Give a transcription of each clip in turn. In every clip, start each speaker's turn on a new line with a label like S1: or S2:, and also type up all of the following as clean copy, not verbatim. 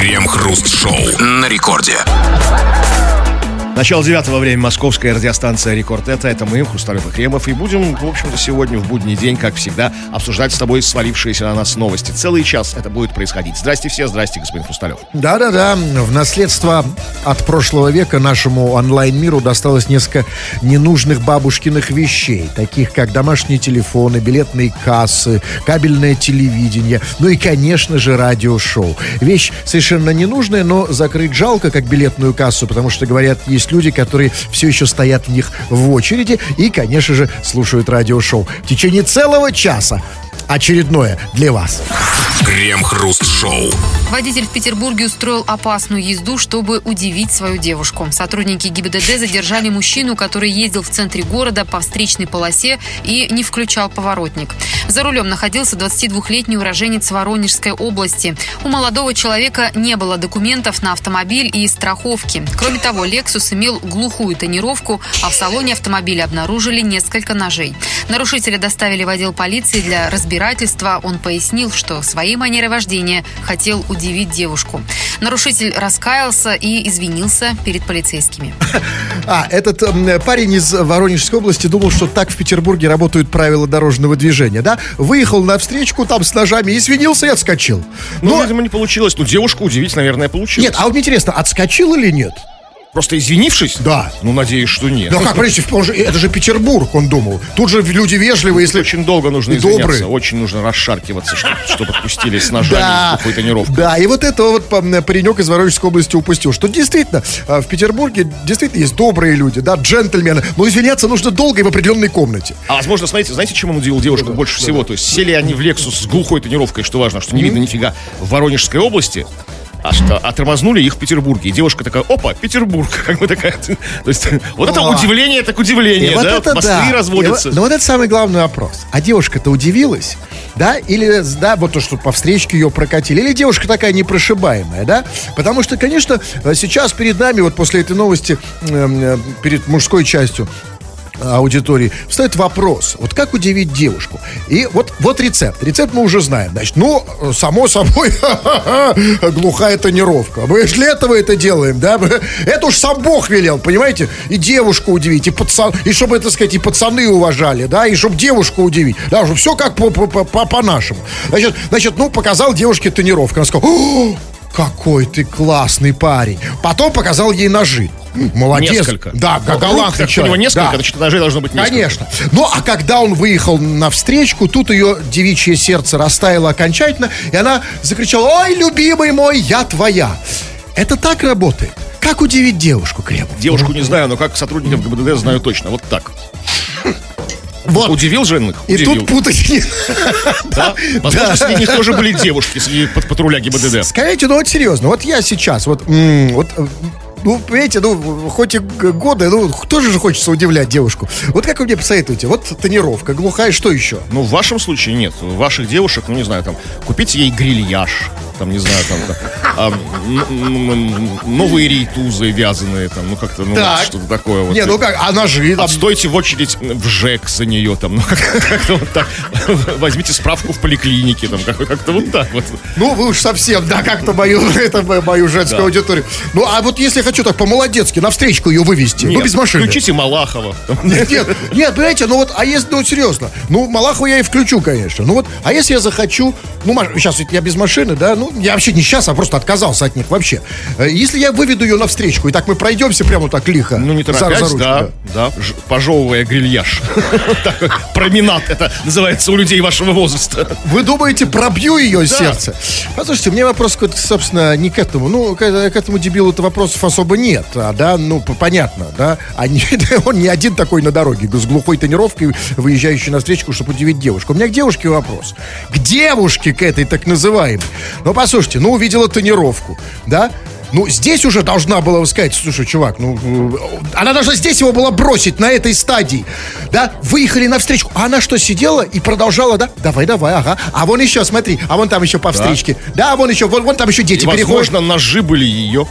S1: Крем-хруст-шоу на рекорде.
S2: Начало 9-го, время, московская радиостанция «Рекорд». Это мы, Хрусталев и Кремов. И будем, в общем-то, сегодня в будний день, как всегда, обсуждать с тобой свалившиеся на нас новости. Целый час это будет происходить. Здрасте все, здрасте, господин Хрусталев.
S3: Да-да-да, в наследство от прошлого века нашему онлайн-миру досталось несколько ненужных бабушкиных вещей, таких как домашние телефоны, билетные кассы, кабельное телевидение, ну и, конечно же, радиошоу. Вещь совершенно ненужная, но закрыть жалко, как билетную кассу, потому что, говорят, есть люди, которые все еще стоят в них в очереди и, конечно же, слушают радиошоу. В течение целого часа очередное для вас.
S1: Крем-хруст-шоу.
S4: Водитель в Петербурге устроил опасную езду, чтобы удивить свою девушку. Сотрудники ГИБДД задержали мужчину, который ездил в центре города по встречной полосе и не включал поворотник. За рулем находился 22-летний уроженец Воронежской области. У молодого человека не было документов на автомобиль и страховки. Кроме того, «Лексус» имел глухую тонировку, а в салоне автомобиля обнаружили несколько ножей. Нарушителя доставили в отдел полиции для разбирательства. Он пояснил, что своей манерой вождения хотел удивить девушку. Нарушитель раскаялся и извинился перед полицейскими.
S3: Этот парень из Воронежской области думал, что так в Петербурге работают правила дорожного движения, да? Выехал на встречку там с ножами, извинился и отскочил.
S2: Но, видимо, не получилось. Ну, девушку удивить, наверное, получилось.
S3: Нет, а вот мне интересно, отскочил или нет?
S2: Просто извинившись?
S3: Да.
S2: Ну, надеюсь, что нет.
S3: Ну, как, подождите, это же Петербург, он думал. Тут же люди вежливые, если...
S2: Очень долго нужно извиняться,
S3: добрые.
S2: Очень нужно расшаркиваться, чтобы отпустили с ножами, с глухой тонировкой.
S3: Да, и вот этого вот паренек из Воронежской области упустил. Что действительно, в Петербурге действительно есть добрые люди, да, джентльмены. Но извиняться нужно долго и в определенной комнате.
S2: А возможно, знаете, чем он удивил девушку больше всего? То есть сели они в «Лексус» с глухой тонировкой, что важно, что не видно нифига, в Воронежской области. А тормознули их в Петербурге. И девушка такая: опа, Петербург. Как бы такая. То есть, вот это удивление, так удивление,
S3: вот
S2: да?
S3: Это
S2: мосты
S3: да.
S2: разводятся.
S3: Но вот это самый главный вопрос. А девушка-то удивилась, да? Или, да, вот то, что по встречке ее прокатили. Или девушка такая непрошибаемая, да? Потому что, конечно, сейчас перед нами, вот после этой новости, перед мужской частью аудитории, встает вопрос, вот как удивить девушку. И вот рецепт. Рецепт мы уже знаем. Значит, само собой, глухая тонировка. Мы же для этого это делаем, да? Это уж сам Бог велел, понимаете? И девушку удивить, и чтобы, так сказать, и пацаны уважали, да? И чтобы девушку удивить. Да, уже все как по-нашему. Значит, показал девушке тонировку. Она сказала: о, какой ты классный парень. Потом показал ей ножи. Молодец.
S2: Несколько.
S3: Да, галантный человек.
S2: У него несколько,
S3: да.
S2: Значит, ножей должно быть несколько.
S3: Конечно. Ну, а когда он выехал на встречку, тут ее девичье сердце растаяло окончательно, и она закричала: ой, любимый мой, я твоя. Это так работает. Как удивить девушку, Кремов?
S2: Девушку не знаю, но как сотрудников ГИБДД знаю точно. Вот так.
S3: Вот.
S2: Удивил же их?
S3: И
S2: удивил.
S3: тут путать не...
S2: Да? Возможно, среди них тоже были девушки, среди патруля ГИБДД.
S3: Скажите, вот серьезно, вот я сейчас, понимаете, хоть и годы, тоже же хочется удивлять девушку. Вот как вы мне посоветуете? Вот тонировка, глухая, что еще?
S2: Ну, в вашем случае нет. У ваших девушек, не знаю, купите ей грильяж, не знаю, новые рейтузы вязаные, как-то, что-то такое. Вот.
S3: Не, а ножи?
S2: Отстойте в очередь в ЖЭК за нее, как-то вот так. Возьмите справку в поликлинике, как-то вот так вот.
S3: Ну, вы уж совсем, да, как-то мою женскую аудиторию. Ну, а вот если хочу так по-молодецки, на встречку ее вывести,
S2: нет,
S3: без машины.
S2: Включите Малахова.
S3: Нет, понимаете, серьезно, Малахова я и включу, конечно. А если я захочу, сейчас я без машины, да, я вообще не сейчас, а просто отказался от них вообще. Если я выведу ее на встречку, и так мы пройдемся прямо так лихо.
S2: Не торопясь, да, пожевывая грильяж. Променад, это называется у людей вашего возраста.
S3: Вы думаете, пробью ее сердце? Послушайте, у меня вопрос, собственно, не к этому. К этому дебилу-то вопросов особо нет, да, понятно, да. Он не один такой на дороге, с глухой тонировкой, выезжающий на встречку, чтобы удивить девушку. У меня к девушке вопрос. К девушке, к этой так называемой. Послушайте, увидела тонировку, да? Здесь уже должна была сказать: слушай, чувак, она должна здесь его была бросить на этой стадии, да? Выехали навстречу, а она что, сидела и продолжала, да? Давай, ага. А вон еще, смотри, а вон там еще по встречке. Да, вон еще, вон там еще дети переходят.
S2: Возможно, ножи были ее.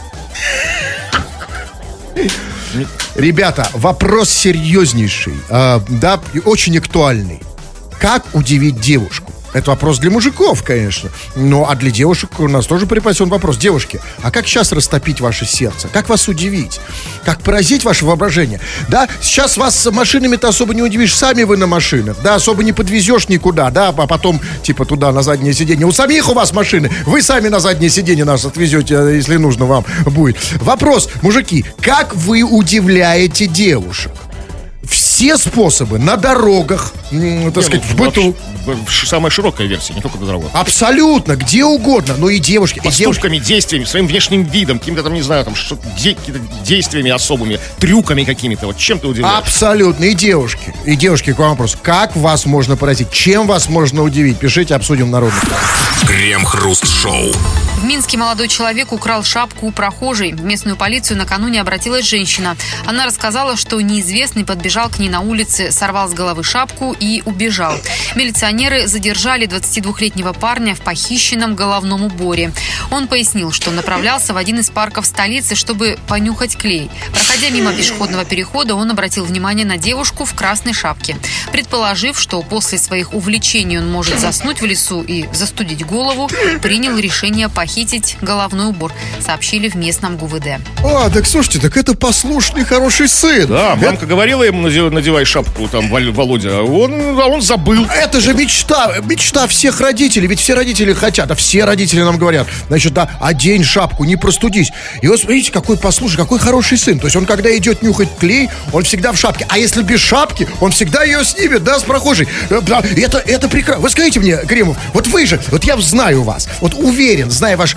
S3: Ребята, вопрос серьезнейший, да, очень актуальный. Как удивить девушку? Это вопрос для мужиков, конечно. Ну, а для девушек у нас тоже припасен вопрос. Девушки, а как сейчас растопить ваше сердце? Как вас удивить? Как поразить ваше воображение? Да, сейчас вас с машинами-то особо не удивишь. Сами вы на машинах, да, особо не подвезешь никуда, да, а потом, типа, туда, на заднее сиденье. У самих у вас машины. Вы сами на заднее сиденье нас отвезете, если нужно вам будет. Вопрос, мужики, как вы удивляете девушек? Все способы на дорогах, так сказать, в быту.
S2: Самая широкая версия, не только на дорогах.
S3: Абсолютно, где угодно. Ну и девушки.
S2: Поступками, действиями, своим внешним видом, какими-то там, не знаю, там, какими-то действиями особыми, трюками какими-то. Вот чем ты удивляешь?
S3: Абсолютно. И девушки. И девушки, к вам вопрос. Как вас можно поразить? Чем вас можно удивить? Пишите, обсудим народный.
S1: Крем-хруст-шоу.
S4: В Минске молодой человек украл шапку у прохожей. В местную полицию накануне обратилась женщина. Она рассказала, что неизвестный подбежал к ней на улице, сорвал с головы шапку и убежал. Милиционеры задержали 22-летнего парня в похищенном головном уборе. Он пояснил, что направлялся в один из парков столицы, чтобы понюхать клей. Проходя мимо пешеходного перехода, он обратил внимание на девушку в красной шапке. Предположив, что после своих увлечений он может заснуть в лесу и застудить голову, принял решение похитить головной убор, сообщили в местном ГУВД.
S3: Так слушайте, так это послушный, хороший сын.
S2: Да, мамка говорила ему, надевай шапку, там, Володя, а он забыл.
S3: Это же мечта всех родителей, ведь все родители хотят, а все родители нам говорят, значит, да, одень шапку, не простудись. И вот смотрите, какой послушный, какой хороший сын. То есть он, когда идет нюхать клей, он всегда в шапке, а если без шапки, он всегда ее снимет, да, с прохожей. Это прекрасно. Вы скажите мне, Кремов, вот вы же, вот я знаю вас, вот уверен, зная ваш,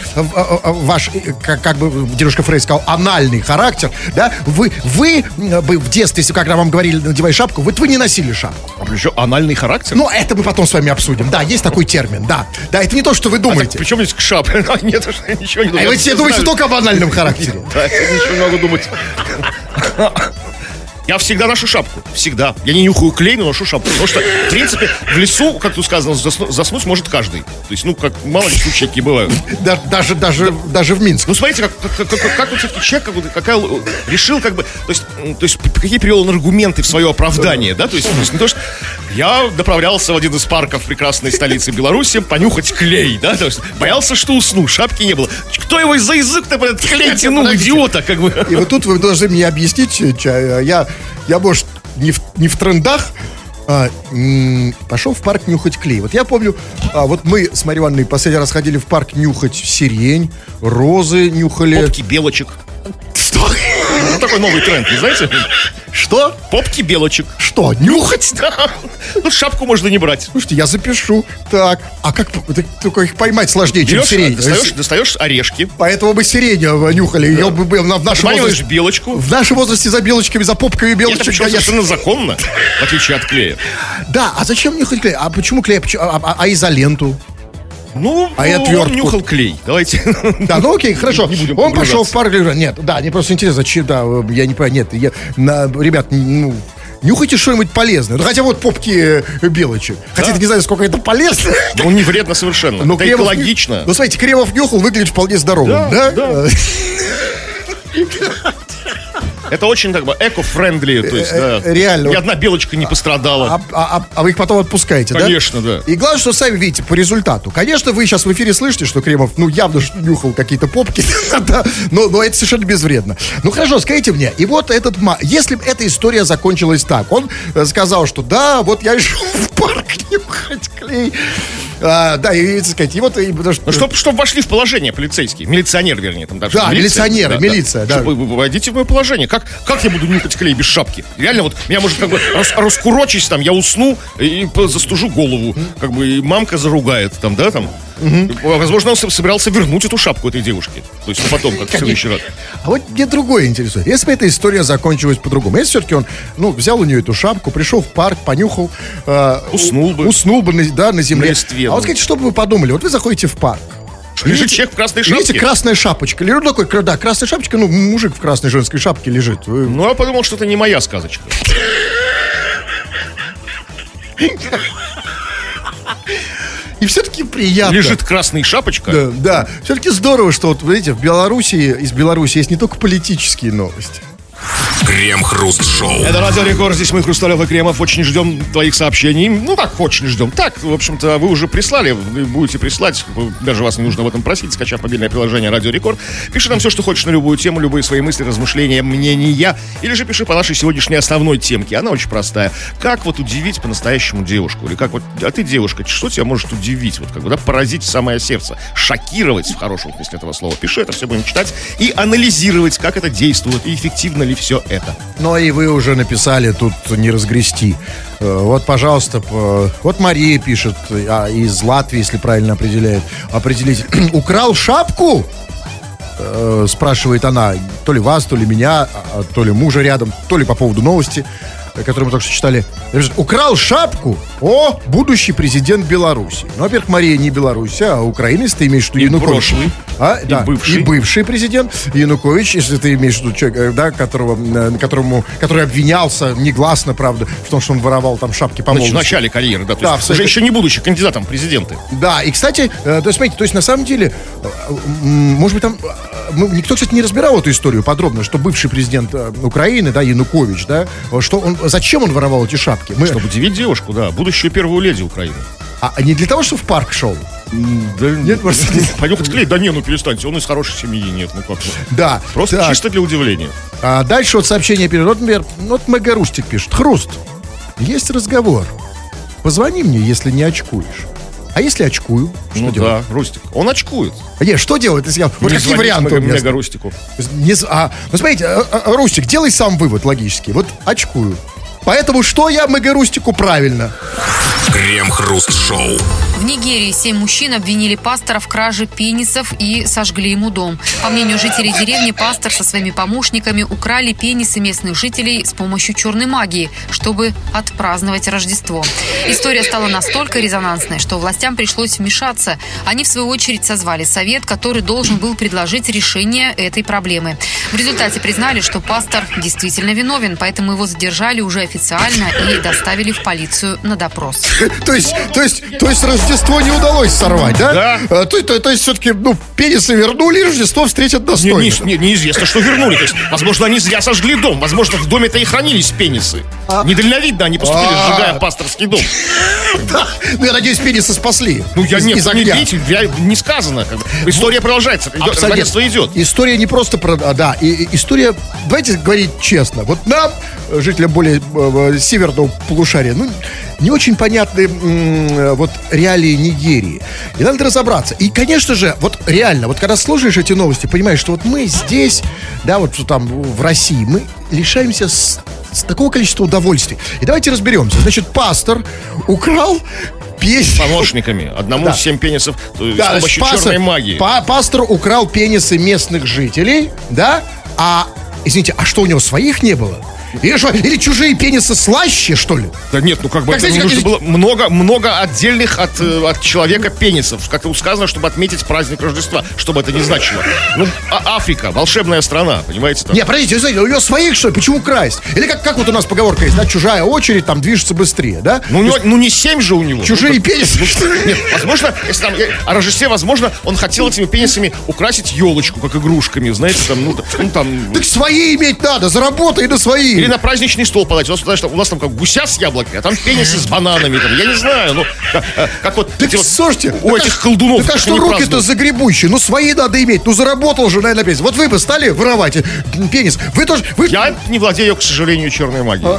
S3: как бы дедушка Фрейд сказал, анальный характер, да, вы бы в детстве, если когда вам говорили, надевай шапку, вы не носили шапку.
S2: А причем анальный характер?
S3: Ну, это мы потом с вами обсудим. Да, есть такой термин, да. Да, это не то, что вы думаете.
S2: Причем здесь к шапке? Нет, ничего не думаю.
S3: А вы все думаете только об анальном характере?
S2: Да, я ничего не могу думать. Я всегда ношу шапку. Всегда. Я не нюхаю клей, но ношу шапку. Потому что, в принципе, в лесу, как тут сказано, заснуть может каждый. То есть, ну, как мало ли случаи какие бывают.
S3: Даже в Минске.
S2: Ну, смотрите, как вот все-таки человек решил, как бы, то есть, какие привел он аргументы в свое оправдание, да? То есть не то, что я направлялся в один из парков прекрасной столицы Беларуси понюхать клей, да? То есть боялся, что усну, шапки не было. Кто его за язык-то этот клей тянул, идиота, как бы?
S3: И вот тут вы должны мне объяснить, я, может, не в трендах, пошел в парк нюхать клей. Вот я помню, вот мы с Марьей Ивановной последний раз ходили в парк нюхать сирень, розы нюхали.
S2: Попки белочек.
S3: Что?
S2: Ну, такой новый тренд, не знаете?
S3: Что?
S2: Попки белочек.
S3: Что, нюхать?
S2: Да. Ну, шапку можно не брать.
S3: Слушайте, я запишу. Так, а как только их поймать сложнее, чем сирень?
S2: Достаешь орешки.
S3: Поэтому мы сирень нюхали. Ее бы в нашем возрасте...
S2: белочку.
S3: В нашем возрасте за белочками, за попками белочек.
S2: Это причем совершенно законно, в отличие от клея.
S3: Да, а зачем нюхать клей? А почему клей? А изоленту?
S2: Ну, он нюхал клей. Давайте.
S3: Да, ну окей, хорошо. Он пошел в парк. Нет, да, мне просто интересно, зачем, да, я не понимаю, нет, ребят, нюхайте что-нибудь полезное. Ну, хотя вот попки белочек. Хотя я не знаю, сколько это полезно.
S2: Ну, не вредно совершенно. Но это экологично.
S3: Ну, смотрите, Кремов нюхал, выглядит вполне здоровым, да?
S2: Это очень так бы эко-френдли, то есть, да.
S3: Реально.
S2: Ни одна белочка не пострадала.
S3: А вы их потом отпускаете,
S2: Конечно,
S3: да?
S2: Да.
S3: И главное, что сами видите по результату. Конечно, вы сейчас в эфире слышите, что Кремов, явно нюхал какие-то попки, но это совершенно безвредно. Ну, хорошо, скажите мне, и вот если бы эта история закончилась так, он сказал, что да, вот я шел в парк нюхать клей. Да, и, так сказать, и вот...
S2: Чтобы вошли в положение полицейские, милиционер, вернее, там даже.
S3: Да, милиция, да.
S2: Войдите в мое положение. Как я буду нюхать клей без шапки? Реально, вот меня может как бы раскурочить, там, я усну и застужу голову. Как бы и мамка заругает, там, да, там. Возможно, он собирался вернуть эту шапку этой девушке. То есть потом, как в следующий раз.
S3: А вот мне другое интересует. Если бы эта история закончилась по-другому. Если все-таки он, взял у нее эту шапку, пришел в парк, понюхал. Уснул бы, на земле.
S2: Листве,
S3: а вот скажите, что бы вы подумали? Вот вы заходите в парк.
S2: Лежит человек в красной шапке.
S3: Видите, красная шапочка. Лежит такой, да, красная шапочка, мужик в красной женской шапке лежит.
S2: Ну, я подумал, что это не моя сказочка.
S3: И все-таки приятно.
S2: Лежит красная шапочка.
S3: Да. Все-таки здорово, что, вот, видите, из Беларуси есть не только политические новости.
S1: Крем-хруст-шоу.
S2: Это Радио Рекорд, здесь мы, Хрусталев и Кремов. Очень ждем твоих сообщений. Ну, так, очень ждем. Так, в общем-то, вы уже прислали, вы будете прислать. Даже вас не нужно об этом просить, скачав мобильное приложение Радио Рекорд. Пиши нам все, что хочешь на любую тему, любые свои мысли, размышления, мнения. Или же пиши по нашей сегодняшней основной темке. Она очень простая. Как вот удивить по-настоящему девушку? Или как вот, а ты девушка, что тебя может удивить? Вот как бы, да, поразить в самое сердце. Шокировать, в хорошем смысле этого слова. Пиши, это все будем читать и анализировать, как это действует и эффективно ли все это.
S3: Ну и вы уже написали, тут не разгрести. Вот, пожалуйста, вот Мария пишет, из Латвии, если правильно определить. Украл шапку? Спрашивает она, то ли вас, то ли меня, то ли мужа рядом, то ли по поводу новости, которую мы только что читали. Украл шапку? О, будущий президент Беларуси. Ну, во-первых, Мария не Беларусь, а Украина, если ты имеешь в виду Янукович.
S2: Прошлый.
S3: И бывший президент Янукович, если ты имеешь в виду человека, да, который обвинялся негласно, правда, в том, что он воровал там шапки по молодости.
S2: В начале карьеры, да, то
S3: да,
S2: есть уже еще не будучи кандидатом в президенты.
S3: Да, и, кстати, то есть, смотрите, то есть, на самом деле, может быть, там, никто, кстати, не разбирал эту историю подробно, что бывший президент Украины, да, Янукович, да, что он, зачем он воровал эти шапки?
S2: Чтобы удивить девушку, да, будущую первую леди Украины.
S3: А не для того, чтобы в парк шел?
S2: Да
S3: нет, просто...
S2: Пойдем подклеить, да не, ну перестаньте, он из хорошей семьи, нет, ну как.
S3: Да.
S2: Просто так. Чисто для удивления.
S3: А дальше вот сообщение пишет, вот, например, вот Мэга Рустик пишет: Хруст, есть разговор, позвони мне, если не очкуешь. А если очкую? Что делать?
S2: Да, Рустик, он очкует.
S3: Нет, что делать? Если вот
S2: не
S3: какие варианты?
S2: Мэга Рустику.
S3: Ну, смотрите, Рустик, делай сам вывод логический. Вот очкую. Поэтому что я Мэга Рустику правильно?
S1: Крем-хруст-шоу.
S4: В Нигерии 7 мужчин обвинили пастора в краже пенисов и сожгли ему дом. По мнению жителей деревни, пастор со своими помощниками украли пенисы местных жителей с помощью черной магии, чтобы отпраздновать Рождество. История стала настолько резонансной, что властям пришлось вмешаться. Они, в свою очередь, созвали совет, который должен был предложить решение этой проблемы. В результате признали, что пастор действительно виновен, поэтому его задержали уже официально и доставили в полицию на допрос.
S3: То есть Рождество не удалось сорвать, да?
S2: Да.
S3: То есть все-таки, пенисы вернули, и Рождество встретят достойно.
S2: Неизвестно, что вернули. То есть, возможно, они зря сожгли дом. Возможно, в доме-то и хранились пенисы. Недальновидно они поступили, сжигая пасторский дом.
S3: Да. Ну, я надеюсь, пенисы спасли.
S2: Не сказано. История продолжается. Родительство идет.
S3: История не просто про... Да, история... Давайте говорить честно. Вот нам, жителям более северного полушария, не очень понятны вот реалии Нигерии. И надо разобраться. И, конечно же, вот реально, вот когда слушаешь эти новости, понимаешь, что вот мы здесь, да, вот там в России, мы лишаемся с такого количества удовольствий. И давайте разберемся. Значит, пастор украл пенис...
S2: Помощниками. Одному 7 пенисов с помощью черной магии.
S3: Пастор украл пенисы местных жителей, да? Извините, а что, у него своих не было? Или чужие пенисы слаще, что ли?
S2: Да нет, нужно было много отдельных от человека пенисов. Как-то сказано, чтобы отметить праздник Рождества, чтобы это не значило. Африка, волшебная страна, понимаете? Там.
S3: Не, подождите, у него своих, что ли? Почему красть? Или как вот у нас поговорка есть, да, чужая очередь там движется быстрее, да?
S2: Не 7 же у него.
S3: Чужие пенисы.
S2: Нет, возможно, если там о Рождестве, возможно, он хотел этими пенисами украсить елочку, как игрушками, знаете, там.
S3: Так свои иметь надо, заработай на свои.
S2: Или на праздничный стол подать. У нас там как гуся с яблоками, а там пенисы с бананами. Там, я не знаю, как вот...
S3: Слушайте,
S2: у этих колдунов.
S3: Так а что руки-то загребущие? Свои надо иметь. Заработал же, наверное, пенис. Вот вы бы стали воровать пенис. Вы тоже...
S2: Я не владею, к сожалению, черной магией.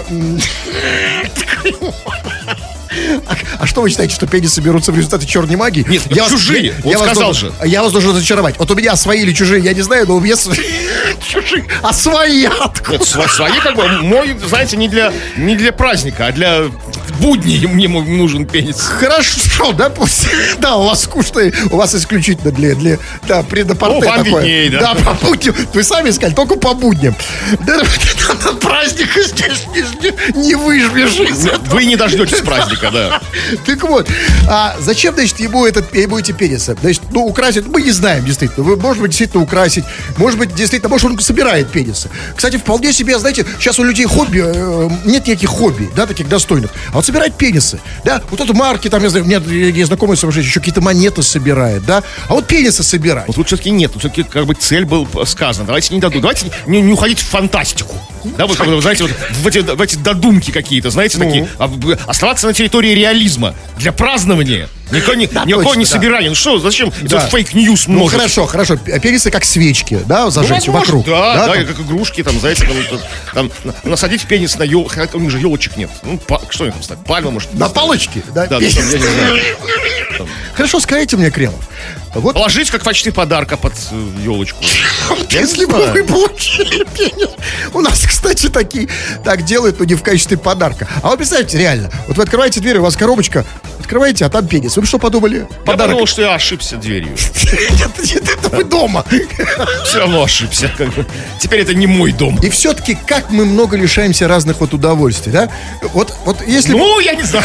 S3: А что вы считаете, что пенисы берутся в результате черной магии?
S2: Нет, чужие, он сказал же.
S3: Я вас должен разочаровать. Вот у меня свои или чужие, я не знаю, но у меня чужие. А свои откуда?
S2: Нет, свои как бы, мой, знаете, не для праздника, а для будней мне нужен пенис.
S3: Хорошо, да, пусть. Да, у вас скучно, у вас исключительно для предапорте
S2: вам
S3: такое.
S2: Виднее, да.
S3: Да, по будням. Вы сами сказали, только по будням. Да, на праздник здесь не выжмешь.
S2: Вы не дождетесь праздника, да.
S3: Так вот, зачем, значит, ему эти пенисы? Значит, украсить, мы не знаем, действительно. Может быть, действительно украсить. Может быть, действительно, может, он собирает пенисы. Кстати, вполне себе, знаете, сейчас у людей хобби, нет никаких хобби, да, таких достойных. А вот собирать пенисы, да, вот это марки, там, я знаю, у меня есть знакомый совершенно еще какие-то монеты собирает, да, а вот пенисы собирать.
S2: Вот тут все-таки нет, тут все-таки как бы цель была сказана. Давайте давайте не уходить в фантастику. Да, вот, как бы, знаете, вот в эти додумки какие-то, знаете, такие, оставаться на территории реализма для празднования. Никакого не собирания. Ну что, зачем этот фейк-ньюс
S3: Ну
S2: множить?
S3: хорошо. Пенисы как свечки, да, зажечь вокруг.
S2: Да,
S3: там?
S2: как игрушки, там, знаете, там, насадить пенис на елку. У них же елочек нет. Ну, что у них там стоит? Пальма, может.
S3: На палочке, да?
S2: Да, я не знаю.
S3: Хорошо, скажите мне, Кремов. Вот
S2: Положить как почти подарка под елочку.
S3: если бы вы получили пенис. У нас, кстати, такие так делают, но не в качестве подарка. А вы представьте, реально, вот вы открываете дверь, у вас коробочка, открываете, а там пенис. Вы бы что подумали?
S2: Я
S3: Подарок.
S2: подумал, что я ошибся дверью.
S3: Нет, это вы дома.
S2: Все равно ошибся. Теперь это не мой дом.
S3: И все-таки, как мы много лишаемся разных вот удовольствий, да? Вот если...
S2: Ну, я не знаю.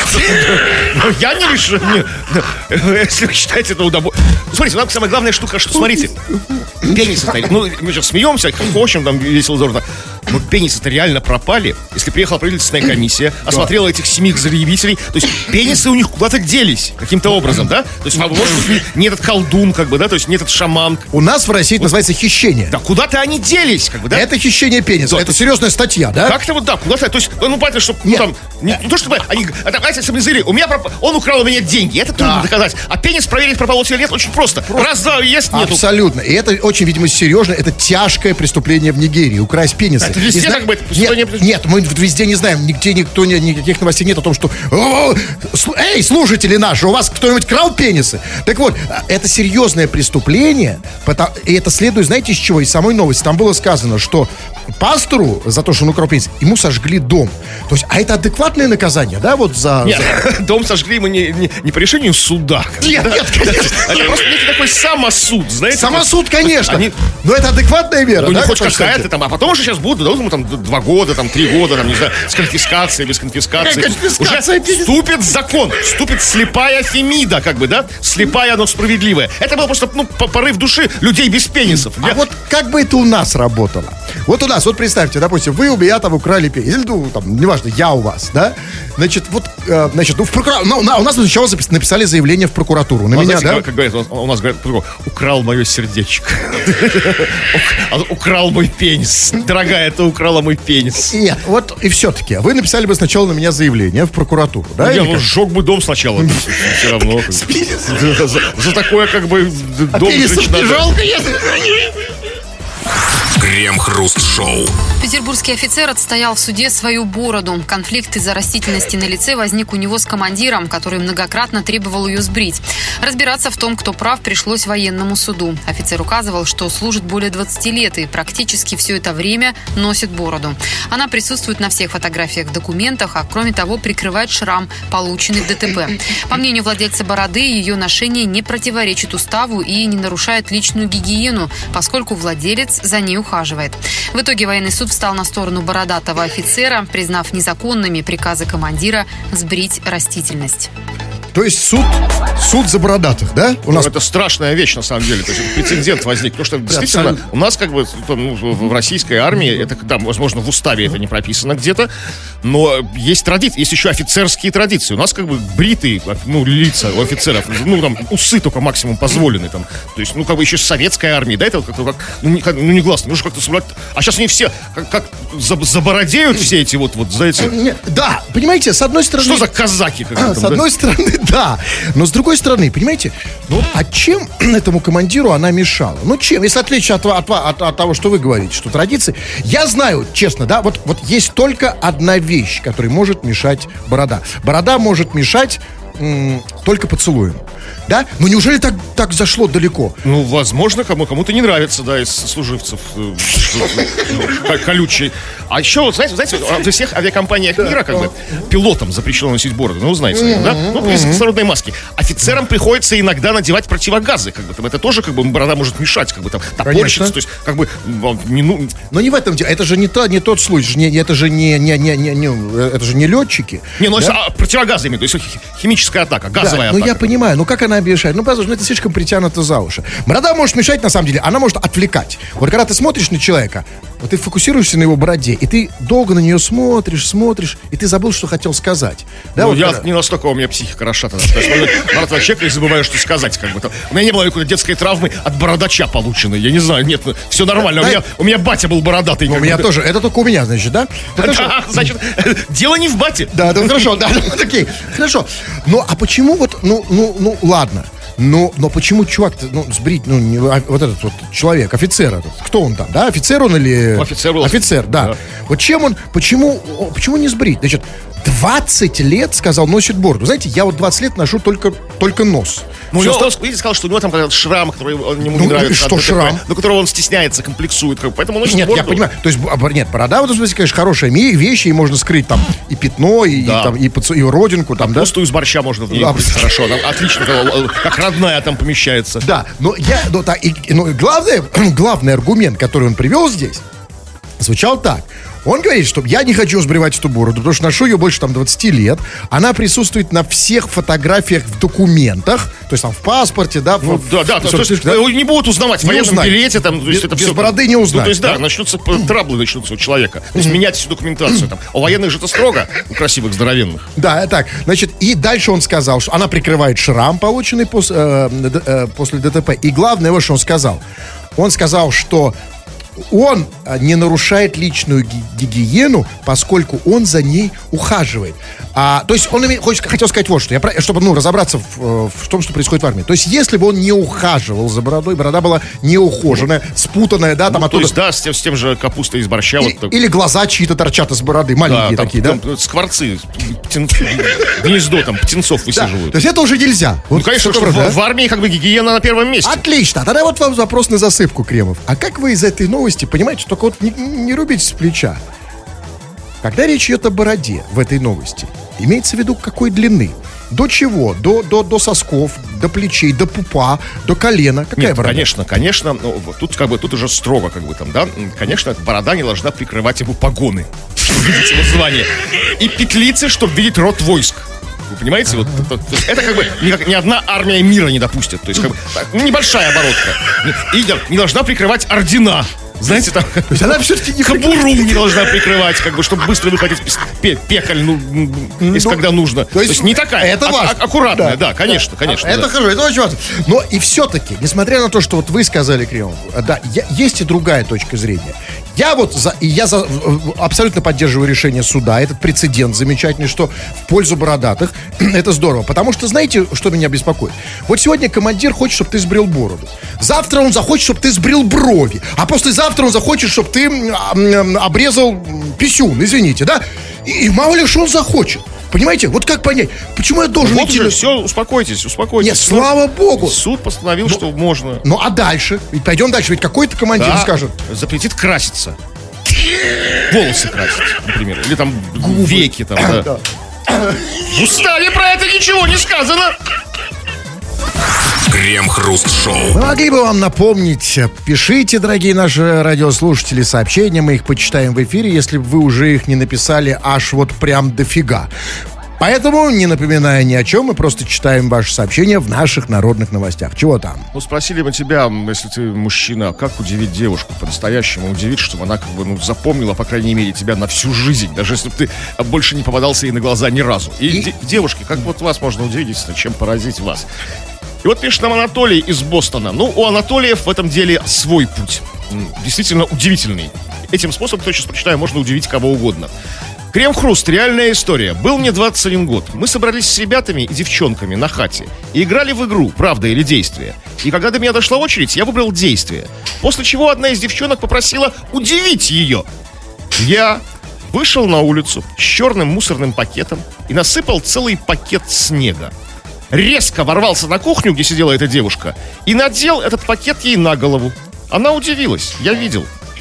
S2: Я не решу. Если вы считаете это удовольствие. Смотрите, нам самая главная штука, что, смотрите, пенисы-то, ну, мы сейчас смеемся, хохочем, там весело, здорово. Но пенисы-то реально пропали. Если приехала правительственная комиссия, осмотрела этих 7 заявителей, то есть пенисы у них куда-то делись каким-то образом, да? То есть, может быть, не этот колдун, как бы, да, то есть не этот шаман.
S3: У нас в России это называется хищение.
S2: Да куда-то они делись, как бы, да?
S3: Это хищение пениса.
S2: Да,
S3: Это серьезная статья, да?
S2: Как-то вот, да, куда-то, то есть, ну, понятно, что, ну,
S3: Нет.
S2: там, не то, чтобы они, если бы заявили, он украл у меня деньги, это трудно доказать. А пенис проверить, пропал у тебя или нет, очень просто. Раз, да, есть, нету.
S3: Абсолютно. И это очень, видимо, серьезно. Это тяжкое преступление в Нигерии. Украсть пенисы.
S2: Это везде
S3: И
S2: так бы, это
S3: нет, мы везде не знаем. Нигде никаких новостей нет о том, что... Эй, слушатели наши, у вас кто-нибудь крал пенисы? Так вот, это серьезное преступление. И это следует, знаете, из чего? Из самой новости. Там было сказано, что пастору за то, что он украл пенис, ему сожгли дом. То есть, а это адекватное наказание, да, вот за...
S2: Нет, дом сожгли мы не по решению суда.
S3: Нет, конечно.
S2: Это просто некий такой самосуд, знаете.
S3: Самосуд, конечно.
S2: Они-
S3: Но это адекватная мера,
S2: Ну, не
S3: да,
S2: хоть
S3: как
S2: какая-то
S3: считаете?
S2: там, а потом уже сейчас будут, да, там 2 года, там 3 года, там, не знаю, с конфискацией, без конфискации.
S3: Какая конфискация?
S2: Уже вступит закон, вступит слепая Фемида, как бы, да, слепая, но справедливая. Это был просто, ну, порыв души людей без пенисов.
S3: А вот как бы это у нас работало? Вот у нас, вот представьте, допустим, вы у меня там украли пенис, или, ну, там, неважно, я у вас, да? Значит, вот, у нас сначала написали заявление в прокуратуру. На меня, да?
S2: Как говорят, у нас говорят, украл мое сердечко. Украл мой пенис. Дорогая, это украла мой пенис.
S3: Нет, вот и все-таки. Вы написали бы сначала на меня заявление в прокуратуру, да?
S2: Я
S3: или как?
S2: сжег бы дом сначала. Все равно. За такое, как бы, дом
S3: Пенисов
S2: сжечь
S3: не
S2: надо.
S3: жалко, если...
S1: Крем-хруст-шоу.
S4: Петербургский офицер отстоял в суде свою бороду. Конфликт из-за растительности на лице возник у него с командиром, который многократно требовал ее сбрить. Разбираться в том, кто прав, пришлось военному суду. Офицер указывал, что служит более 20 лет и практически все это время носит бороду. Она присутствует на всех фотографиях, документах, а кроме того прикрывает шрам, полученный в ДТП. По мнению владельца бороды, ее ношение не противоречит уставу и не нарушает личную гигиену, поскольку владелец за ней ухаживает. В итоге военный суд встал на сторону бородатого офицера, признав незаконными приказы командира сбрить растительность.
S3: То есть суд за бородатых, да? У нас
S2: Это страшная вещь, на самом деле. То есть прецедент возник. Потому что действительно у нас как бы в российской армии, это, да, возможно, в уставе это не прописано где-то, но есть традиции, есть еще офицерские традиции. У нас как бы бритые, ну, лица у офицеров, ну, там, усы только максимум позволены. Там. То есть, ну, как бы еще с советской армии, да, это как-то, негласно. Нужно как-то соблюдать. А сейчас они все как забородеют все эти вот, знаете,
S3: да, понимаете, с одной стороны...
S2: что за казаки?
S3: С одной стороны, да. Но с другой стороны, понимаете, ну, а чем этому командиру она мешала? Ну, чем? Если отвлечься от того, что вы говорите, что традиции... Я знаю, честно, да, вот есть только одна вещь, которая может мешать борода. Борода может мешать только поцелуем. Да? Но неужели так зашло далеко?
S2: Ну, возможно, кому-то не нравится, да, из служивцев колючий. А еще, вот, знаете, во всех авиакомпаниях мира, как бы, пилотам запрещено носить бороду, ну, вы знаете, да? Ну, из кислородной маски. Офицерам приходится иногда надевать противогазы, как бы, там, это тоже, как бы, борода может мешать, как бы, там, топорщиться, то есть, как бы,
S3: Но не в этом дело, это же не тот случай, это же не летчики.
S2: Не, ну, противогазы имеют, то есть, химическая атака, газовая атака.
S3: Ну, я понимаю, ну, как как она мешает? Ну, послушай, это слишком притянуто за уши. Борода может мешать, на самом деле, она может отвлекать. Вот когда ты смотришь на человека, вот ты фокусируешься на его бороде, и ты долго на нее смотришь, и ты забыл, что хотел сказать. Да,
S2: Ну,
S3: вот
S2: я
S3: когда-
S2: не настолько у меня психика расшатана, что я смотрю на мертвого человека и забываю, что сказать. Как бы. У меня не было какой-то детской травмы от бородача полученной. Я не знаю, нет, все нормально. У меня батя был бородатый.
S3: Ну, у
S2: как
S3: меня
S2: бы.
S3: тоже. Это только у меня, значит, да? Да, хорошо.
S2: Да, значит, дело не в бате.
S3: Да, хорошо, да, окей, хорошо. Ну, а почему вот, ну, ладно. Но почему чувак-то, сбрить, вот этот вот человек, офицер этот, кто он там, да, офицер он или... Офицер, да. Вот чем он, почему не сбрить? Значит, 20 лет, сказал, носит бороду. Знаете, я вот 20 лет ношу только нос.
S2: Ну,
S3: Всё
S2: он, видите, сказал, что у него там какой-то шрам, который ему не нравится.
S3: что
S2: от ДТП,
S3: шрам?
S2: но которого он стесняется, комплексует. Поэтому носит
S3: Нет,
S2: бороду.
S3: я понимаю. То есть, нет, борода, вот, в смысле, конечно, хорошая вещь, и можно скрыть там и пятно, и родинку, там, да?
S2: Пустую из борща можно в ней
S3: Да.
S2: быть хорошо. Там отлично, как родная там помещается.
S3: Да, но главный аргумент, который он привел здесь, звучал так. Он говорит, что я не хочу сбривать эту бороду, потому что ношу ее больше 20 лет. Она присутствует на всех фотографиях в документах, то есть там в паспорте, да.
S2: То есть не будут узнавать в военном билете. Там, то есть это
S3: без
S2: все,
S3: бороды не узнать.
S2: То есть, начнутся траблы начнутся у человека. То есть менять всю документацию. Там. У военных же это строго, у красивых, здоровенных.
S3: Да, так. Значит, и дальше он сказал, что она прикрывает шрам, полученный после ДТП. И главное, вот что он сказал. Он сказал, что он не нарушает личную гигиену, поскольку он за ней ухаживает. То есть он хотел сказать вот что, чтобы разобраться в том, что происходит в армии. То есть если бы он не ухаживал за бородой, борода была неухоженная, спутанная, да, там
S2: то
S3: оттуда...
S2: есть, с тем же капустой из борща.
S3: Или глаза чьи-то торчат из бороды, маленькие такие, да?
S2: Там скворцы, гнездо там птенцов высиживают.
S3: То есть это уже нельзя.
S2: Ну, конечно, что в армии как бы гигиена на первом месте.
S3: Отлично. Тогда вот вам вопрос на засыпку, Кремов. А как вы из этой новости, понимаете, только вот не рубите с плеча? Когда речь идет о бороде в этой новости, имеется в виду какой длины? До чего? До сосков, до плечей, до пупа, до колена. Какая
S2: Нет,
S3: борода?
S2: конечно, тут уже строго, да. Конечно, борода не должна прикрывать ему погоны, чтобы видеть его звание. И петлицы, чтобы видеть род войск. Вы понимаете? Это как бы ни одна армия мира не допустит. То есть, как бы, небольшая оборотка. И не должна прикрывать ордена. Знаете, там...
S3: То есть она все-таки не
S2: кобуру не должна прикрывать, как бы, чтобы быстро выходить пекаль, если когда нужно. То есть не такая,
S3: это важно.
S2: Аккуратная, да, конечно.
S3: Это хорошо, это очень важно. Но и все-таки, несмотря на то, что вот вы сказали, Кремов, да, есть и другая точка зрения. Я абсолютно поддерживаю решение суда. Этот прецедент замечательный, что в пользу бородатых. Это здорово. Потому что, знаете, что меня беспокоит? Вот сегодня командир хочет, чтобы ты сбрил бороду. Завтра он захочет, чтобы ты сбрил брови. А послезавтра он захочет, чтобы ты обрезал писюн, извините, да? И мало ли, что он захочет. Понимаете? Вот как понять? Почему я должен
S2: вот
S3: идти...
S2: уже все, успокойтесь.
S3: Нет, слава богу.
S2: Суд постановил, что можно.
S3: Ну, а дальше? Ведь пойдем дальше. Ведь какой-то командир скажет...
S2: Запретит краситься. Волосы красить, например. Или там веки там, да. В уставе про это ничего не сказано.
S1: Крем-хруст-шоу.
S3: Мы могли бы вам напомнить, пишите, дорогие наши радиослушатели, сообщения, мы их почитаем в эфире, если вы уже их не написали аж вот прям дофига. Поэтому, не напоминая ни о чем, мы просто читаем ваши сообщения в наших народных новостях. Чего там?
S2: Ну, спросили бы тебя, если ты мужчина, как удивить девушку по-настоящему, удивить, чтобы она как бы, запомнила, по крайней мере, тебя на всю жизнь, даже если бы ты больше не попадался ей на глаза ни разу. И девушки, как вот вас можно удивить, если чем поразить вас? И вот пишет нам Анатолий из Бостона. Ну, у Анатолиев в этом деле свой путь. Действительно удивительный. Этим способом, кто сейчас прочитаю, можно удивить кого угодно. Крем-хруст, реальная история. Был мне 21 год. Мы собрались с ребятами и девчонками на хате и играли в игру «Правда или действие». И когда до меня дошла очередь, я выбрал действие. После чего одна из девчонок попросила удивить ее. Я вышел на улицу с черным мусорным пакетом и насыпал целый пакет снега. Резко ворвался на кухню, где сидела эта девушка, и надел этот пакет ей на голову. Она удивилась, я видел.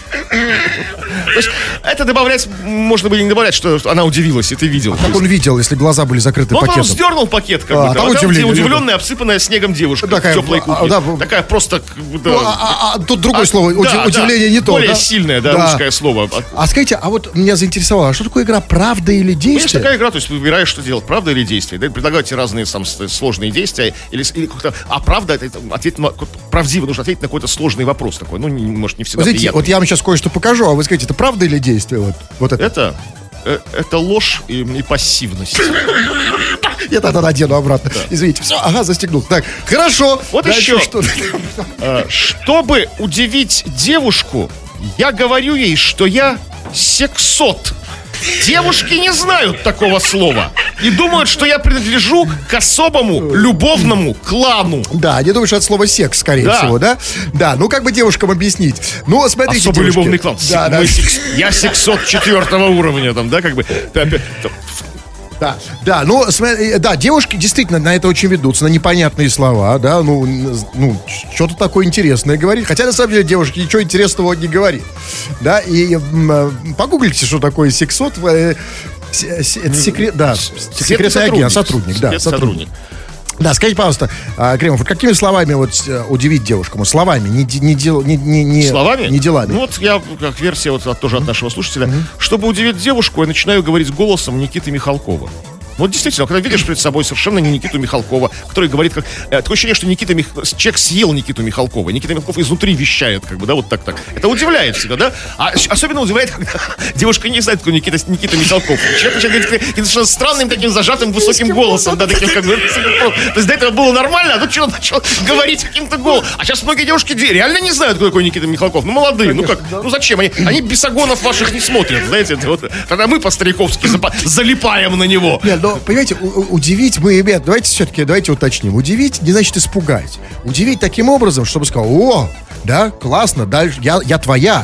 S2: То есть это добавлять, можно было не добавлять, что она удивилась, и ты видел.
S3: Как он видел, если глаза были закрыты
S2: Он
S3: пакетом?
S2: просто сдернул пакет, как бы.
S3: там
S2: А там
S3: удивление.
S2: удивленная, обсыпанная снегом девушка
S3: Такая,
S2: в теплой кухне. Такая просто...
S3: Тут другое слово, удивление не то.
S2: Более сильное, русское слово.
S3: А скажите, а вот меня заинтересовало, а что такое игра «Правда или
S2: Есть
S3: действие»?
S2: такая игра, то есть выбираешь, что делать, правда или действие. Да, предлагают тебе разные сложные действия. Или как-то, а правда, это правдиво, нужно ответить на какой-то сложный вопрос такой. Ну, может, не всегда
S3: Знаете,
S2: приятный.
S3: вот я вам сейчас кое-что покажу, а вы скажите, это правда или действие? Вот это.
S2: Это ложь и пассивность.
S3: Я тогда надену обратно. Извините, все, застегнул. Так, хорошо.
S2: Вот
S3: дальше
S2: еще.
S3: что?
S2: Чтобы удивить девушку, я говорю ей, что я сексот. Девушки не знают такого слова и думают, что я принадлежу к особому любовному клану.
S3: Да, они думают, что это слово «секс», скорее всего, да? Да, ну как бы девушкам объяснить. Ну, смотрите,
S2: Особый
S3: девушки.
S2: любовный клан.
S3: Да.
S2: Я сексот 4-го уровня, там, да, как бы.
S3: Да, ну, да, девушки действительно на это очень ведутся, на непонятные слова, да, ну, что-то такое интересное говорит. Хотя, на самом деле, девушки ничего интересного не говорит. Да, и погуглите, что такое сексот. Это секрет, да, секретный агент, сотрудник. Да, скажите, пожалуйста, Кремов, какими словами удивить девушку? Словами,
S2: Словами?
S3: Не делами.
S2: Ну вот я, как версия тоже от нашего слушателя, чтобы удивить девушку, я начинаю говорить голосом Никиты Михалкова. Вот действительно, когда видишь перед собой совершенно не Никиту Михалкова, который говорит как... Такое ощущение, что человек съел Никиту Михалкова. Никита Михалков изнутри вещает, как бы, да, вот так. Это удивляет всегда, да? А особенно удивляет, когда девушка не знает, кто Никита Михалков. Человек начинает говорить каким-то странным, таким зажатым высоким голосом, да, таким как бы... То есть до этого было нормально, а тут что-то начал говорить каким-то голосом. А сейчас многие девушки реально не знают, кто такой Никита Михалков. Ну, молодые, ну как, ну зачем? Они бесогонов ваших не смотрят, знаете. Вот, тогда мы по-стариковски залипаем на него.
S3: Но, понимаете, удивить мы, ребят, давайте уточним. Удивить не значит испугать. Удивить таким образом, чтобы сказал: о, да, классно, дальше, я твоя.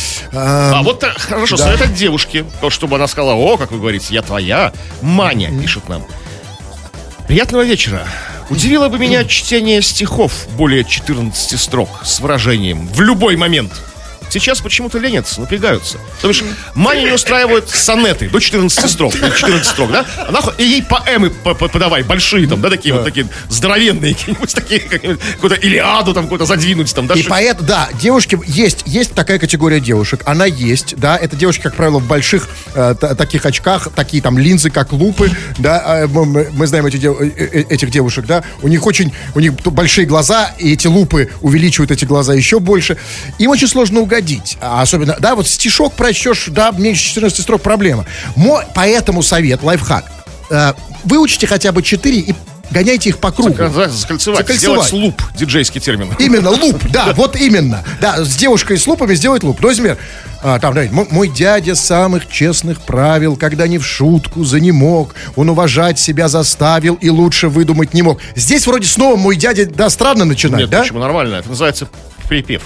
S2: Вот хорошо, совет от девушки. Чтобы она сказала: о, как вы говорите, я твоя. Маня пишет нам: приятного вечера. Удивило бы меня чтение стихов более 14 строк с выражением «в любой момент». Сейчас почему-то ленятся, напрягаются. Потому что Маня не устраивают сонеты до 14 строк. 14 строк, да? И ей поэмы подавай, большие там, да, такие вот такие здоровенные, какие-нибудь такие, какую-то Илиаду там какую-то задвинуть там, да?
S3: И поэтому, да, девушки, есть такая категория девушек. Она есть, да, это девушки, как правило, в больших таких очках, такие там линзы, как лупы, да, мы знаем этих девушек, да, у них большие глаза, и эти лупы увеличивают эти глаза еще больше. Им очень сложно угодить. Особенно, да, вот стишок прочтешь, да, меньше 14 строк — проблема. Поэтому совет, лайфхак. Выучите хотя бы 4 и гоняйте их по кругу.
S2: Закольцевать. Сделать луп, диджейский термин.
S3: Именно, луп, да, вот именно. Да, с девушкой с лупами сделать луп. Ну, например, мой дядя самых честных правил, когда не в шутку занемог, он уважать себя заставил и лучше выдумать не мог. Здесь вроде снова мой дядя, да, странно начинать,
S2: Нет,
S3: да?
S2: почему? Нормально. Это называется припев.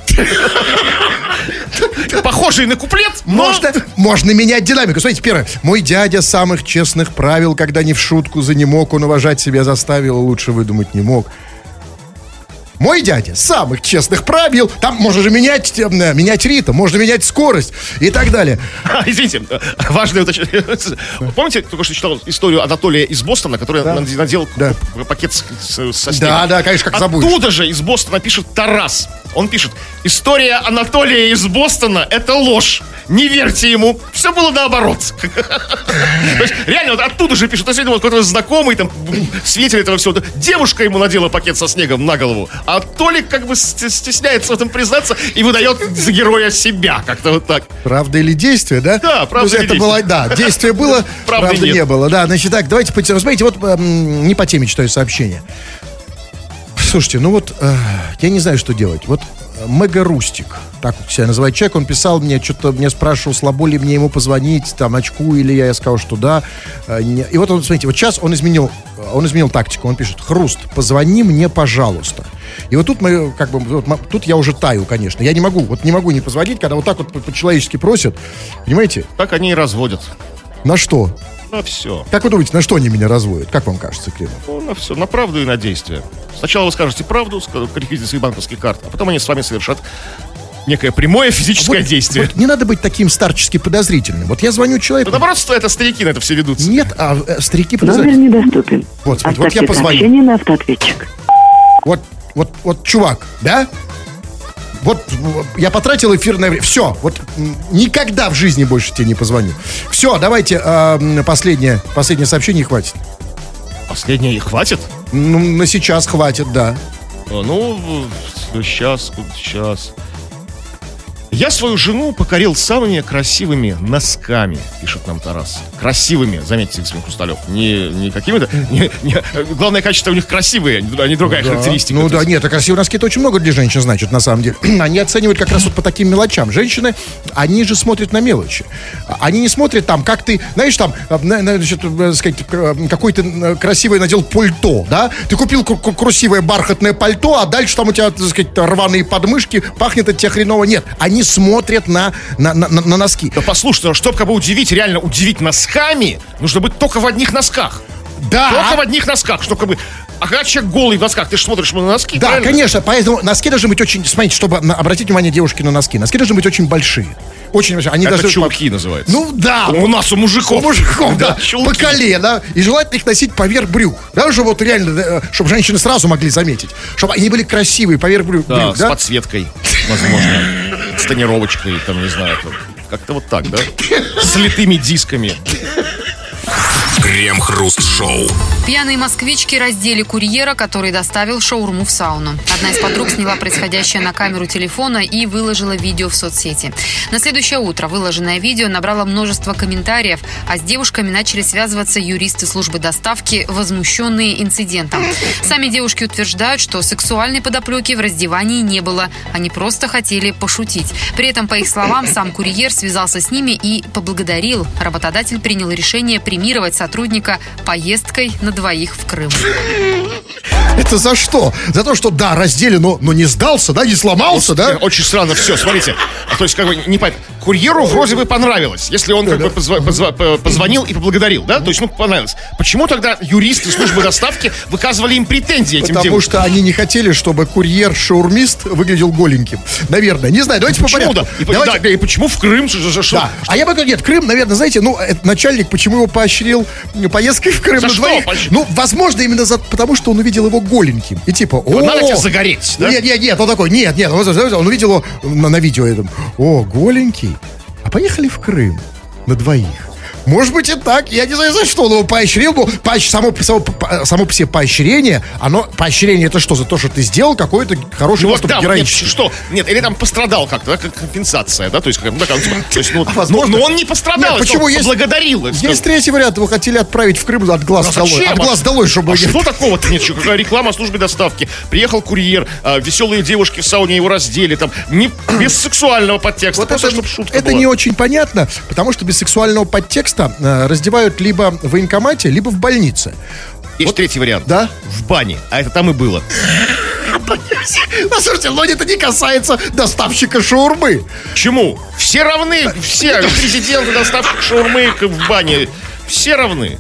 S2: Похожий на куплет, но...
S3: Можно менять динамику. Смотрите, первое. Мой дядя самых честных правил, когда не в шутку занемог, он уважать себя заставил, лучше выдумать не мог. Мой дядя самых честных правил. Там можно же менять ритм, можно менять скорость и так далее.
S2: Извините, важное уточнение. Помните, только что читал историю Анатолия из Бостона, который надел пакет со снегом?
S3: Да, конечно, как забудешь.
S2: Оттуда же из Бостона пишет Тарас. Он пишет: история Анатолия из Бостона — это ложь. Не верьте ему. Все было наоборот. То есть, реально, вот оттуда же пишет. То есть, вот какой-то знакомый, там, свидетель этого всего. Девушка ему надела пакет со снегом на голову, а Толик как бы стесняется в этом признаться и выдает за героя себя. Как-то вот так.
S3: Правда или действие, да?
S2: Да, правда или действие.
S3: Да, действие было, правда не было. Да, значит так, давайте, смотрите, вот не по теме читаю сообщение. Слушайте, ну вот, я не знаю, что делать. Вот Мега Рустик, так себя называет человек, он писал мне, что-то мне спрашивал, слабо ли мне ему позвонить, там, очкую или я сказал, что да. И вот он, смотрите, вот сейчас он изменил тактику, он пишет: Хруст, позвони мне, пожалуйста. И вот тут мы, как бы, тут я уже таю, конечно. Я не могу не позвонить, когда вот так вот по-человечески просят, понимаете?
S2: Так они и разводят.
S3: На что?
S2: На все.
S3: Как вы думаете, на что они меня разводят? Как вам кажется, Кремов?
S2: Ну, на все, на правду и на действие. Сначала вы скажете правду, реквизиты своих банковских карт, а потом они с вами совершат некое прямое физическое действие.
S3: Вот не надо быть таким старчески подозрительным. Вот я звоню человеку...
S2: Ну, наоборот, это старики на это все ведутся.
S3: Нет, старики
S5: Номер
S3: подозрительны.
S5: недоступен.
S3: Вот, смотри, вот я
S5: Оставьте
S3: позвоню.
S5: сообщение на автоответчик.
S3: Вот, чувак, да? Вот я потратил эфирное время. Все, вот никогда в жизни больше тебе не позвоню. Все, давайте последнее сообщение, и хватит.
S2: Последнее и хватит?
S3: Ну, на сейчас хватит, да.
S2: Ну, сейчас. Я свою жену покорил самыми красивыми носками, пишет нам Тарас. Красивыми, заметьте, господин Хрусталев. Не какими-то... Главное качество у них красивые, а не другая характеристика.
S3: Ну да, нет, а красивые носки это очень много для женщин значит, на самом деле. Они оценивают как раз вот по таким мелочам. Женщины, они же смотрят на мелочи. Они не смотрят там, как ты, знаешь, там, значит, сказать, какой-то красивый надел пальто, да? Ты купил красивое бархатное пальто, а дальше там у тебя, так сказать, рваные подмышки, пахнет от тебя хреново. Нет, они смотрят на носки.
S2: Да послушай, чтобы как бы реально удивить носками, нужно быть только в одних носках.
S3: Да.
S2: Только в одних носках, чтобы как бы... А когда человек голый в носках, ты же смотришь на носки,
S3: да,
S2: правильно?
S3: конечно, поэтому носки должны быть очень... Смотрите, чтобы обратить внимание девушки на носки. Носки должны быть очень большие. Очень большие. Они
S2: это
S3: должны...
S2: чулки называется.
S3: Ну да.
S2: У нас у мужиков.
S3: Да, по колено. И желательно их носить поверх брюк. Да, чтобы вот реально, чтобы женщины сразу могли заметить. Чтобы они были красивые поверх брюк.
S2: Да, с подсветкой, возможно. С тонировочкой, там, не знаю. Как-то вот так, да? С литыми дисками.
S1: Крем-хруст-шоу.
S4: Пьяные москвички раздели курьера, который доставил шаурму в сауну. Одна из подруг сняла происходящее на камеру телефона и выложила видео в соцсети. На следующее утро выложенное видео набрало множество комментариев, а с девушками начали связываться юристы службы доставки, возмущенные инцидентом. Сами девушки утверждают, что сексуальной подоплеки в раздевании не было. Они просто хотели пошутить. При этом, по их словам, сам курьер связался с ними и поблагодарил. Работодатель принял решение премировать сотрудника поездкой на двоих в Крым.
S3: Это за что? За то, что, да, раздели, но не сдался, да, не сломался, да?
S2: Очень странно все, смотрите. То есть, как бы, не понятно. Курьеру вроде бы понравилось, если он как бы позвонил и поблагодарил, да? То есть, ну, понравилось. Почему тогда юристы службы доставки выказывали им претензии этим
S3: Потому
S2: девушкам?
S3: что они не хотели, чтобы курьер-шаурмист выглядел голеньким. Наверное. Не знаю, давайте по порядку.
S2: Да, и почему в Крым?
S3: Да. А я бы говорю, нет, Крым, наверное, знаете, ну, начальник, почему его поощрил поездкой в Крым
S2: за
S3: на
S2: что?
S3: двоих? Ну, возможно, именно потому, что он увидел его голеньким. И типа,
S2: надо тебе загореть, да?
S3: Нет, он такой, нет, он увидел его на видео этом. О, голенький. А поехали в Крым на двоих. Может быть и так, я не знаю, за что он его поощрил, но само по себе поощрение, поощрение это что, за то, что ты сделал какой-то хороший поступок героический?
S2: Что? Нет, или там пострадал как-то, да, как компенсация, да, то есть,
S3: возможно.
S2: но он не пострадал,
S3: почему есть,
S2: поблагодарил.
S3: Есть третий вариант, его хотели отправить в Крым от глаз долой. От глаз долой, чтобы...
S2: А что такого-то нет? Какая реклама о службе доставки? Приехал курьер, веселые девушки в сауне его раздели, там, без сексуального подтекста,
S3: вот
S2: просто чтобы шутка
S3: это
S2: была.
S3: не очень понятно, потому что без сексуального подтекста раздевают либо в военкомате, либо в больнице.
S2: Есть третий вариант.
S3: Да?
S2: В бане. А это там и было.
S3: Слушайте, но это не касается доставщика шаурмы.
S2: Почему? Все равны. Все президенты, доставщик шаурмы в бане. Все равны.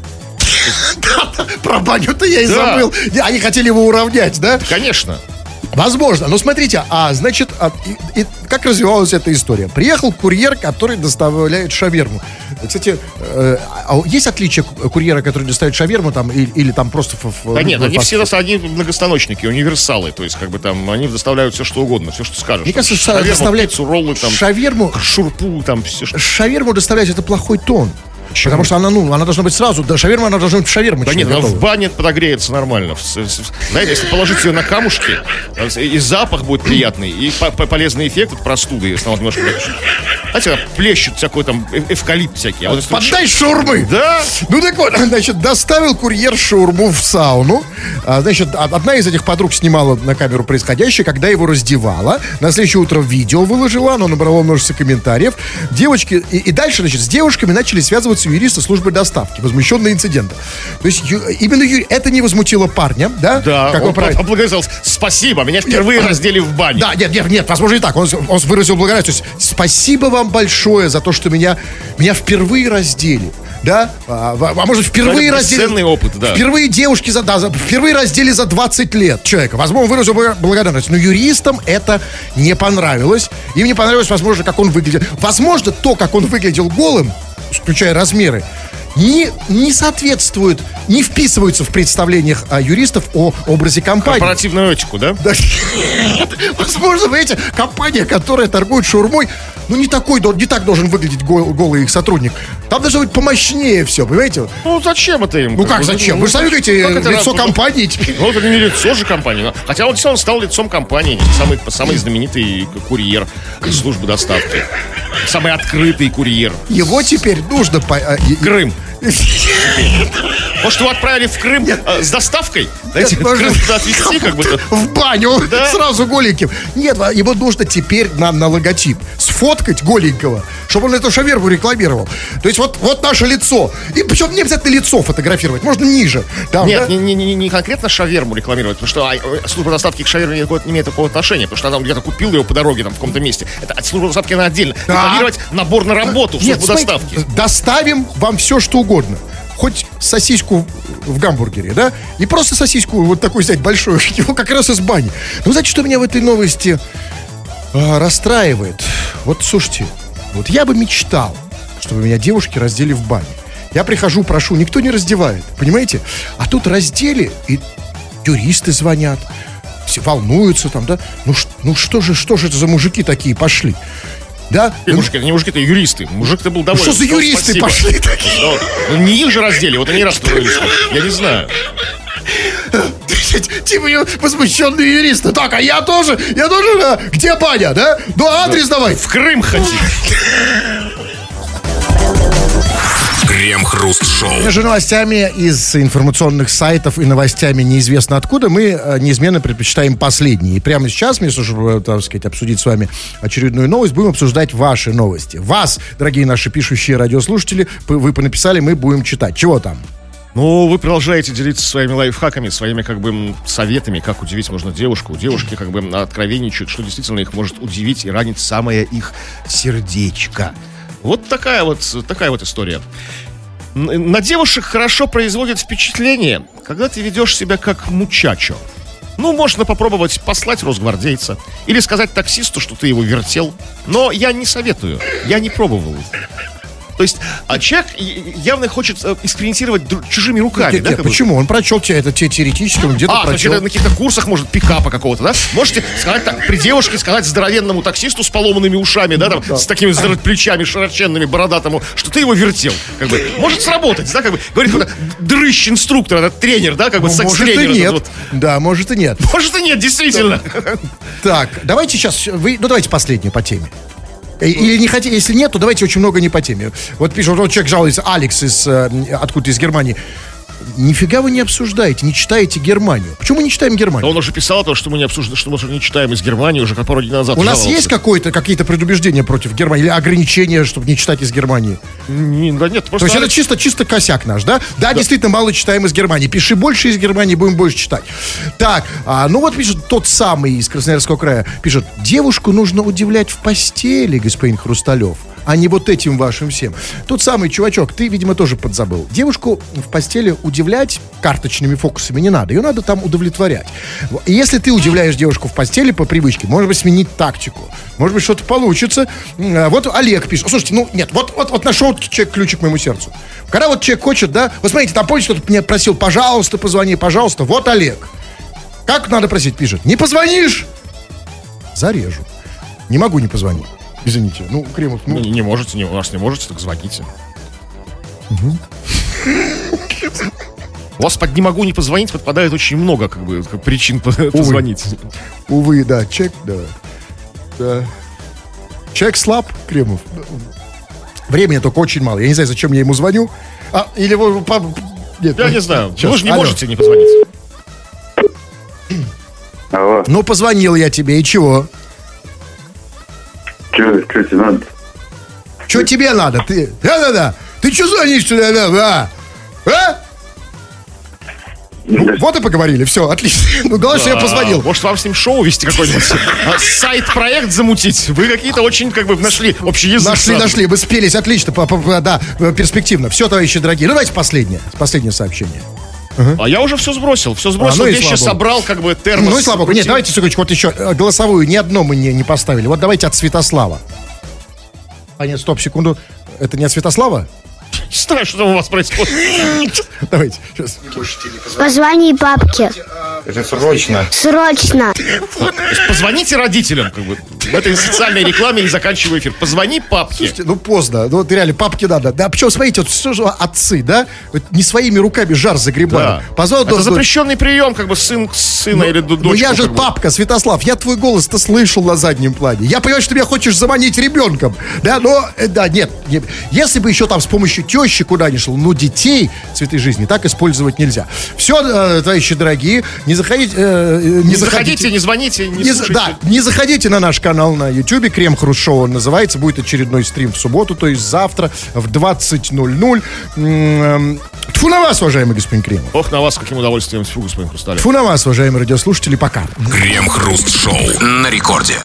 S3: Про баню-то я и забыл. Они хотели его уравнять, да?
S2: Конечно.
S3: Возможно, но смотрите, значит, как развивалась эта история? Приехал курьер, который доставляет шаверму. Кстати, есть отличие курьера, который доставит шаверму там, или там просто...
S2: Да нет, они все они многостаночники, универсалы, то есть как бы там они доставляют все, что угодно, все, что скажешь.
S3: Мне кажется,
S2: шаверму,
S3: доставлять
S2: пиццу, роллы, там,
S3: шаверму,
S2: шурпу, там все, что...
S3: Шаверму доставлять это плохой тон. Потому что она должна быть сразу, да, шаверма, она должна быть шавермочной.
S2: Да нет, она в бане подогреется нормально. Знаете, если положить ее на камушки, и запах будет приятный, и полезный эффект от простуды, если она немножко... Знаете, плещет всякой там эвкалипт всякий.
S3: Подай шаурмы!
S2: Да!
S3: Ну так вот, значит, доставил курьер шаурму в сауну. Значит, одна из этих подруг снимала на камеру происходящее, когда его раздевала. На следующее утро видео выложила, оно набрало множество комментариев. Девочки, и дальше, значит, с девушками начали связываться у юриста службы доставки, возмущенный инцидентом. То есть именно это не возмутило парня, да?
S2: Да,
S3: как
S2: он поблагодарил. Спасибо, меня впервые раздели в бане.
S3: Да, нет, возможно и так. Он выразил благодарность. То есть спасибо вам большое за то, что меня впервые раздели. Да? Может, впервые раздели...
S2: Ценный опыт, да.
S3: Впервые девушки впервые раздели за 20 лет человека. Возможно, он выразил благодарность. Но юристам это не понравилось. Им не понравилось, возможно, как он выглядел. Возможно, то, как он выглядел голым, включая размеры, не соответствует, не вписываются в представлениях юристов о образе компании.
S2: Корпоративную этику, да?
S3: Да. Возможно, видите, компания, которая торгует шаурмой, не так должен выглядеть голый их сотрудник. Там должно быть помощнее все, понимаете?
S2: Ну, зачем это им?
S3: Как зачем? Вы же сами говорите, лицо компании теперь.
S2: Ну, это не лицо же компании. Хотя он действительно стал лицом компании. Самый знаменитый курьер из службы доставки. Самый открытый курьер.
S3: Его теперь нужно...
S2: Крым. Может, его отправили в Крым с доставкой? Знаете, Крым туда отвезти как бы.
S3: В баню, сразу голеньким. Нет, его нужно теперь на логотип сфоткать голенького, чтобы он эту шаверму рекламировал. То есть вот наше лицо. И причем не обязательно лицо фотографировать, можно ниже. Там,
S2: нет, не конкретно шаверму рекламировать, потому что служба доставки к шаверме не имеет такого отношения, потому что она где-то купила его по дороге там в каком-то месте. Это служба доставки она отдельно. Рекламировать набор на работу в службу доставки.
S3: Доставим вам все, что угодно. Хоть сосиску в гамбургере, да? И просто сосиску вот такой взять большую, его как раз из бани. Ну, знаете, что меня в этой новости расстраивает? Вот, слушайте, вот я бы мечтал, чтобы меня девушки раздели в бане. Я прихожу, прошу, никто не раздевает, понимаете? А тут раздели, и юристы звонят, все волнуются там, да? Ну что же это за мужики такие пошли? Да?
S2: Мужики, это не мужики, это юристы. Мужик-то был доволен.
S3: Что за юристы пошли такие?
S2: Ну, не их же раздели, вот они расстроились. Я не знаю.
S3: Типа возмущенные юристы. Так, а я тоже, где баня, да? Ну, адрес давай.
S2: В Крым хотим.
S1: Крем-хруст-шоу.
S3: Между новостями из информационных сайтов и новостями неизвестно откуда мы неизменно предпочитаем последние. И прямо сейчас, вместо чтобы, так сказать, обсудить с вами очередную новость, будем обсуждать ваши новости. Вас, дорогие наши пишущие радиослушатели, вы понаписали, мы будем читать. Чего там?
S2: Ну, вы продолжаете делиться своими лайфхаками, своими, как бы, советами, как удивить можно девушку. Девушки, как бы, откровенничают, что действительно их может удивить и ранить самое их сердечко. Вот такая вот история. На девушек хорошо производит впечатление, когда ты ведешь себя как мучачо. Ну, можно попробовать послать росгвардейца или сказать таксисту, что ты его вертел. Но я не советую, я не пробовал. То есть, человек явно хочет экспериментировать чужими руками.
S3: Нет, почему? Он прочел это теоретически, он где-то прочел.
S2: На каких-то курсах, может, пикапа какого-то, да? Можете сказать так, при девушке сказать здоровенному таксисту с поломанными ушами, да, там, с такими плечами широченными, бородатому, что ты его вертел. Как бы, может сработать, да, как бы, говорит какой-то дрыщ-инструктор, этот тренер, да, как бы, секс-тренер.
S3: Может и нет. Да, может и нет.
S2: Может и нет, действительно.
S3: Так, давайте сейчас, давайте последнее по теме. Или не хотите, если нет, то давайте очень много не по теме. Вот пишет, вот человек жалуется, Алекс откуда-то из Германии. Нифига вы не обсуждаете, не читаете Германию. Почему мы не читаем Германию?
S2: Он уже писал то, что мы не обсуждаем, что мы не читаем из Германии уже пару дней назад.
S3: У нас есть какие-то предубеждения против Германии или ограничения, чтобы не читать из Германии?
S2: Да нет, просто...
S3: То есть это чисто косяк наш, да? Да, действительно, мало читаем из Германии. Пиши больше из Германии, будем больше читать. Так, ну вот пишет тот самый из Красноярского края. Пишет, девушку нужно удивлять в постели, господин Хрусталев, а не вот этим вашим всем. Тот самый чувачок, ты, видимо, тоже подзабыл. Девушку в постели удивлять карточными фокусами не надо. Ее надо там удовлетворять. И если ты удивляешь девушку в постели по привычке, может быть, сменить тактику. Может быть, что-то получится. Вот Олег пишет. Слушайте, вот нашел человек ключик к моему сердцу. Когда вот человек хочет, да, вот смотрите, там помните, кто-то меня просил, пожалуйста, позвони, пожалуйста. Вот Олег. Как надо просить, пишет. Не позвонишь? Зарежу. Не могу не позвонить. Извините, Кремов...
S2: Не можете, у нас не можете, так звоните. Угу. У вас под «не могу не позвонить» подпадает очень много, причин позвонить.
S3: Увы, да, да. Человек слаб, Кремов. Времени только очень мало. Я не знаю, зачем я ему звоню.
S2: Нет, я не знаю. Вы же не можете не позвонить.
S5: Алло.
S3: Ну, позвонил я тебе, и чего?
S5: Что тебе надо?
S3: Что тебе надо? Ты... Да-да-да. Ты что звонишь сюда, да? А? Ну, вот и поговорили, все, отлично. Ну, главное, что я позвонил.
S2: Может, вам с ним шоу вести какой-нибудь? Сайт-проект замутить? Вы какие-то очень, как бы, нашли общий язык.
S3: Нашли, вы спелись, отлично, да, перспективно. Все, товарищи дорогие. Ну, давайте последнее сообщение.
S2: А я уже все сбросил, вещи собрал, как бы, термос.
S3: Ну и слава богу. Нет, давайте, секундочку, вот еще голосовую ни одно мы не поставили. Вот давайте от Святослава. А нет, стоп, секунду. Это не от Святослава?
S2: Не знаю, что там у вас происходит.
S3: Давайте, сейчас.
S5: Позвони папке.
S6: Это срочно.
S5: Срочно.
S2: Позвоните родителям, как бы, в этой социальной рекламе и заканчивая эфир. Позвони папке.
S3: Слушайте, ну поздно. Ну, вот реально, папке надо. Да, причем, смотрите, вот что же отцы, да? Вот не своими руками жар загребали.
S2: Да. Это запрещенный прием, как бы, сына или дочку.
S3: Ну я же папка, Святослав, я твой голос-то слышал на заднем плане. Я понимаю, что ты меня хочешь заманить ребенком. Да, но, да, нет. Если бы еще там с помощью тещи куда ни шло, но детей, цветы жизни, так использовать нельзя. Все, товарищи дорогие, не заходите,
S2: не звоните, не слушайте.
S3: Да, не заходите на наш канал на YouTube, Крем-Хруст Шоу он называется, будет очередной стрим в субботу, то есть завтра в 20:00. Тьфу на вас, уважаемый господин Кремов.
S2: Ох, на вас, каким удовольствием, тьфу, господин Хрусталев.
S3: Тьфу на вас, уважаемые радиослушатели, пока.
S1: Крем-Хруст Шоу на рекорде.